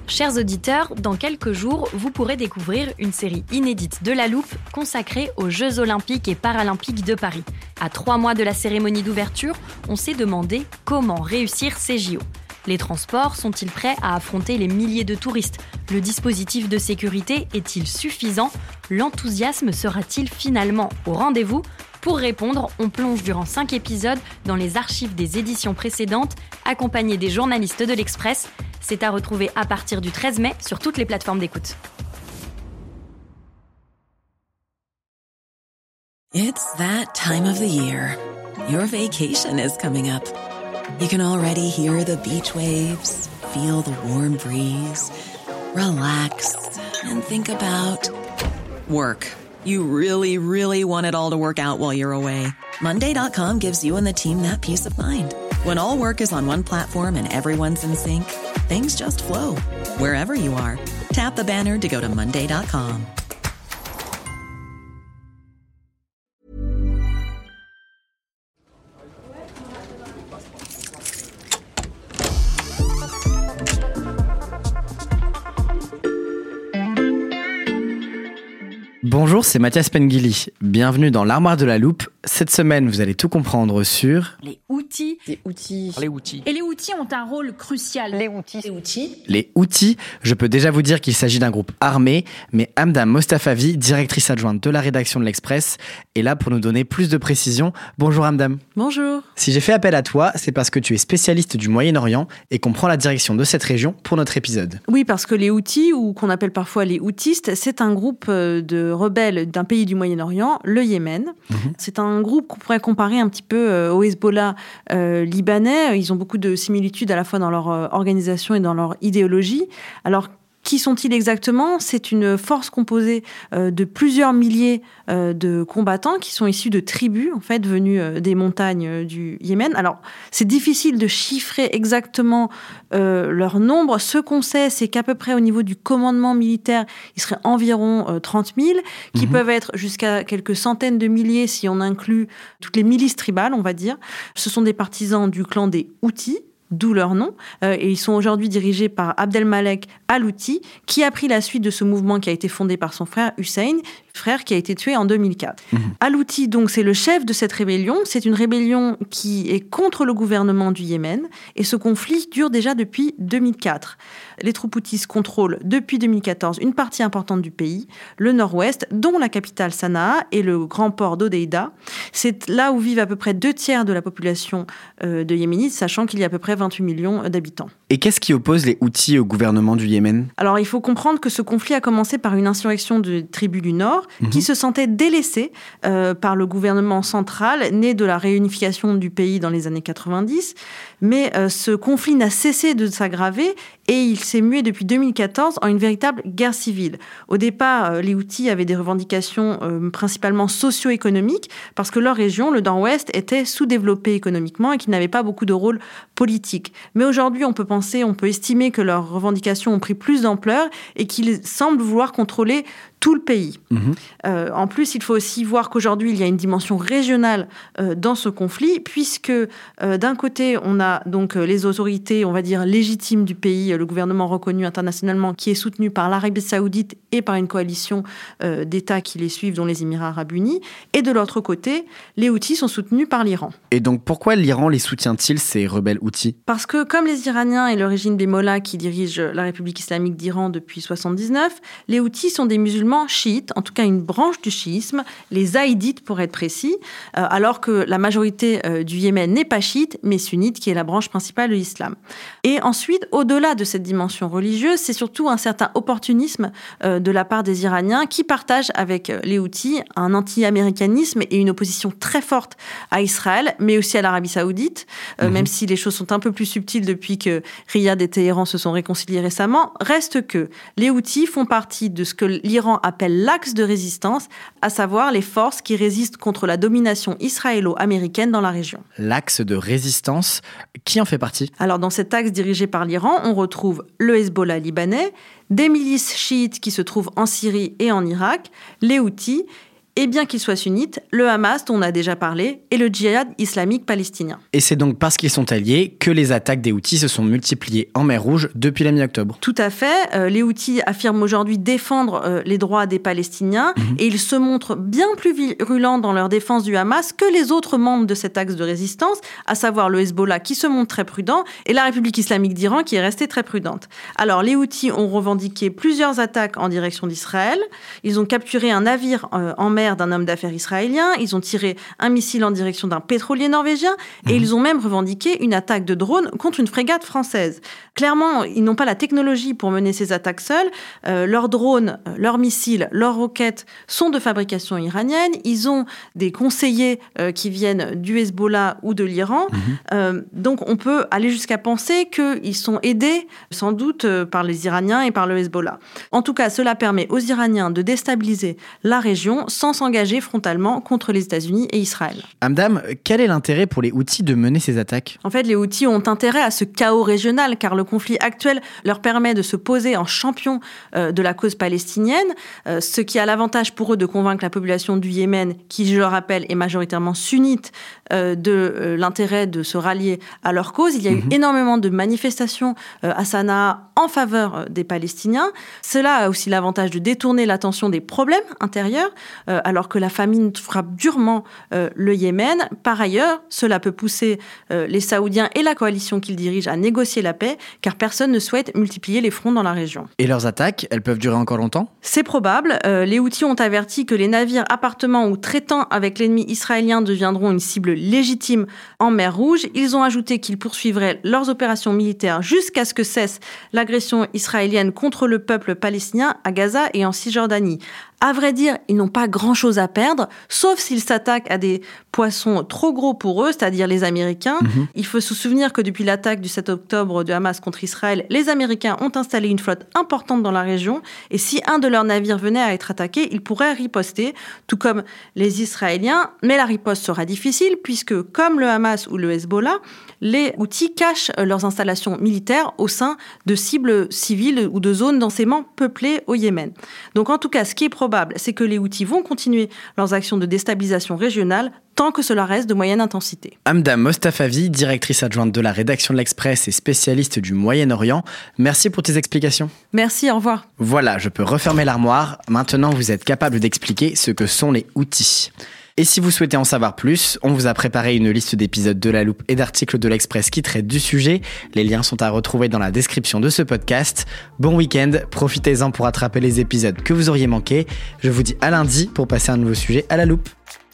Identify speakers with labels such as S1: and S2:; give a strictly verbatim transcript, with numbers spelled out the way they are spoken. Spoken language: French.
S1: Chers auditeurs, dans quelques jours, vous pourrez découvrir une série inédite de La Loupe consacrée aux Jeux Olympiques et Paralympiques de Paris. À trois mois de la cérémonie d'ouverture, on s'est demandé comment réussir ces J O. Les transports sont-ils prêts à affronter les milliers de touristes ? Le dispositif de sécurité est-il suffisant ? L'enthousiasme sera-t-il finalement au rendez-vous ? Pour répondre, on plonge durant cinq épisodes dans les archives des éditions précédentes, accompagnés des journalistes de l'Express. C'est à retrouver à partir du treize mai sur toutes les plateformes d'écoute.
S2: It's that time of the year. Your vacation is coming up. You can already hear the beach waves, feel the warm breeze, relax, and think about work. You really, really want it all to work out while you're away. Monday dot com gives you and the team that peace of mind. When all work is on one platform and everyone's in sync, things just flow. Wherever you are, tap the banner to go to Monday dot com.
S3: Bonjour, c'est Mathias Pengili. Bienvenue dans l'Armoire de la Loupe. Cette semaine, vous allez tout comprendre sur...
S4: Les outils.
S5: Les outils.
S3: Les outils.
S4: Et les outils ont un rôle crucial.
S5: Les outils. Les outils.
S3: Les outils, je peux déjà vous dire qu'il s'agit d'un groupe armé, mais Hamda Mostafavi, directrice adjointe de la rédaction de l'Express, est là pour nous donner plus de précisions. Bonjour Hamdam.
S5: Bonjour.
S3: Si j'ai fait appel à toi, c'est parce que tu es spécialiste du Moyen-Orient et qu'on prend la direction de cette région pour notre épisode.
S5: Oui, parce que les outils, ou qu'on appelle parfois les outistes, c'est un groupe de rebelles d'un pays du Moyen-Orient, le Yémen. Mmh. C'est un groupe qu'on pourrait comparer un petit peu au Hezbollah euh, libanais. Ils ont beaucoup de similitudes à la fois dans leur euh, organisation et dans leur idéologie. Alors, qui sont-ils exactement ? C'est une force composée euh, de plusieurs milliers euh, de combattants qui sont issus de tribus, en fait, venues euh, des montagnes euh, du Yémen. Alors, c'est difficile de chiffrer exactement euh, leur nombre. Ce qu'on sait, c'est qu'à peu près au niveau du commandement militaire, il serait environ euh, trente mille, qui mmh. peuvent être jusqu'à quelques centaines de milliers si on inclut toutes les milices tribales, on va dire. Ce sont des partisans du clan des Houthis, d'où leur nom, euh, et ils sont aujourd'hui dirigés par Abdelmalek Al-Houthi, qui a pris la suite de ce mouvement qui a été fondé par son frère Hussein, frère qui a été tué en deux mille quatre. Mmh. Al-Houthi, donc, c'est le chef de cette rébellion. C'est une rébellion qui est contre le gouvernement du Yémen, et ce conflit dure déjà depuis deux mille quatre. Les troupes houthis contrôlent depuis deux mille quatorze une partie importante du pays, le nord-ouest, dont la capitale Sanaa et le grand port d'Hodeïda. C'est là où vivent à peu près deux tiers de la population euh, de Yéménites, sachant qu'il y a à peu près vingt-huit millions d'habitants.
S3: Et qu'est-ce qui oppose les Houthis au gouvernement du Yémen ?
S5: Alors, il faut comprendre que ce conflit a commencé par une insurrection de tribus du Nord mmh. qui se sentaient délaissées euh, par le gouvernement central, né de la réunification du pays dans les années quatre-vingt-dix. Mais euh, ce conflit n'a cessé de s'aggraver et il s'est mué depuis deux mille quatorze en une véritable guerre civile. Au départ, euh, les Houthis avaient des revendications euh, principalement socio-économiques parce que leur région, le Nord-Ouest, était sous-développée économiquement et qu'ils n'avaient pas beaucoup de rôle politique. Mais aujourd'hui, on peut penser, on peut estimer que leurs revendications ont pris plus d'ampleur et qu'ils semblent vouloir contrôler tout le pays. Mmh. Euh, en plus, il faut aussi voir qu'aujourd'hui, il y a une dimension régionale euh, dans ce conflit, puisque euh, d'un côté, on a donc euh, les autorités, on va dire, légitimes du pays, euh, le gouvernement reconnu internationalement, qui est soutenu par l'Arabie Saoudite et par une coalition euh, d'États qui les suivent, dont les Émirats Arabes Unis. Et de l'autre côté, les Houthis sont soutenus par l'Iran.
S3: Et donc, pourquoi l'Iran les soutient-il, ces rebelles Houthis ?
S5: Parce que, comme les Iraniens et le régime des Mollahs qui dirigent la République islamique d'Iran depuis soixante-dix-neuf, les Houthis sont des musulmans chiites, en tout cas une branche du chiisme, les zaïdites pour être précis, euh, alors que la majorité euh, du Yémen n'est pas chiite, mais sunnite, qui est la branche principale de l'islam. Et ensuite, au-delà de cette dimension religieuse, c'est surtout un certain opportunisme euh, de la part des Iraniens qui partagent avec les Houthis un anti-américanisme et une opposition très forte à Israël, mais aussi à l'Arabie Saoudite, euh, mmh. même si les choses sont un peu plus subtiles depuis que Riyad et Téhéran se sont réconciliés récemment. Reste que les Houthis font partie de ce que l'Iran appelle l'axe de résistance, à savoir les forces qui résistent contre la domination israélo-américaine dans la région.
S3: L'axe de résistance, qui en fait partie ?
S5: Alors, dans cet axe dirigé par l'Iran, on retrouve le Hezbollah libanais, des milices chiites qui se trouvent en Syrie et en Irak, les Houthis, Et bien qu'ils soient sunnites, le Hamas, dont on a déjà parlé, et le djihad islamique palestinien.
S3: Et c'est donc parce qu'ils sont alliés que les attaques des Houthis se sont multipliées en mer Rouge depuis la mi-octobre.
S5: Tout à fait. Euh, les Houthis affirment aujourd'hui défendre euh, les droits des Palestiniens mmh. et ils se montrent bien plus virulents dans leur défense du Hamas que les autres membres de cet axe de résistance, à savoir le Hezbollah qui se montre très prudent et la République islamique d'Iran qui est restée très prudente. Alors les Houthis ont revendiqué plusieurs attaques en direction d'Israël. Ils ont capturé un navire euh, en mer d'un homme d'affaires israélien. Ils ont tiré un missile en direction d'un pétrolier norvégien et mmh. ils ont même revendiqué une attaque de drone contre une frégate française. Clairement, ils n'ont pas la technologie pour mener ces attaques seuls. Euh, leurs drones, leurs missiles, leurs roquettes sont de fabrication iranienne. Ils ont des conseillers euh, qui viennent du Hezbollah ou de l'Iran. Mmh. Euh, donc on peut aller jusqu'à penser qu'ils sont aidés sans doute euh, par les Iraniens et par le Hezbollah. En tout cas, cela permet aux Iraniens de déstabiliser la région sans s'engager frontalement contre les États-Unis et Israël.
S3: Hamdam, quel est l'intérêt pour les Houthis de mener ces attaques ?
S5: En fait, les Houthis ont intérêt à ce chaos régional car le conflit actuel leur permet de se poser en champion euh, de la cause palestinienne, euh, ce qui a l'avantage pour eux de convaincre la population du Yémen, qui, je le rappelle, est majoritairement sunnite, euh, de euh, l'intérêt de se rallier à leur cause. Il y a mmh. eu énormément de manifestations euh, à Sanaa en faveur euh, des Palestiniens. Cela a aussi l'avantage de détourner l'attention des problèmes intérieurs, euh, alors que la famine frappe durement euh, le Yémen. Par ailleurs, cela peut pousser euh, les Saoudiens et la coalition qu'ils dirigent à négocier la paix, car personne ne souhaite multiplier les fronts dans la région.
S3: Et leurs attaques, elles peuvent durer encore longtemps ?
S5: C'est probable. Euh, les Houthis ont averti que les navires appartenant ou traitant avec l'ennemi israélien deviendront une cible légitime en mer Rouge. Ils ont ajouté qu'ils poursuivraient leurs opérations militaires jusqu'à ce que cesse l'agression israélienne contre le peuple palestinien à Gaza et en Cisjordanie. À vrai dire, ils n'ont pas grand-chose à perdre, sauf s'ils s'attaquent à des poissons trop gros pour eux, c'est-à-dire les Américains. Mmh. Il faut se souvenir que depuis l'attaque du sept octobre de Hamas contre Israël, les Américains ont installé une flotte importante dans la région, et si un de leurs navires venait à être attaqué, ils pourraient riposter, tout comme les Israéliens. Mais la riposte sera difficile, puisque comme le Hamas ou le Hezbollah, les Houthis cachent leurs installations militaires au sein de cibles civiles ou de zones densément peuplées au Yémen. Donc en tout cas, ce qui est probable, c'est que les Houthis vont continuer leurs actions de déstabilisation régionale tant que cela reste de moyenne intensité.
S3: Hamdam Mostafavi, directrice adjointe de la rédaction de l'Express et spécialiste du Moyen-Orient, merci pour tes explications.
S5: Merci, au revoir.
S3: Voilà, je peux refermer l'armoire. Maintenant, vous êtes capable d'expliquer ce que sont les Houthis. Et si vous souhaitez en savoir plus, on vous a préparé une liste d'épisodes de La Loupe et d'articles de l'Express qui traitent du sujet. Les liens sont à retrouver dans la description de ce podcast. Bon week-end, profitez-en pour attraper les épisodes que vous auriez manqués. Je vous dis à lundi pour passer un nouveau sujet à La Loupe.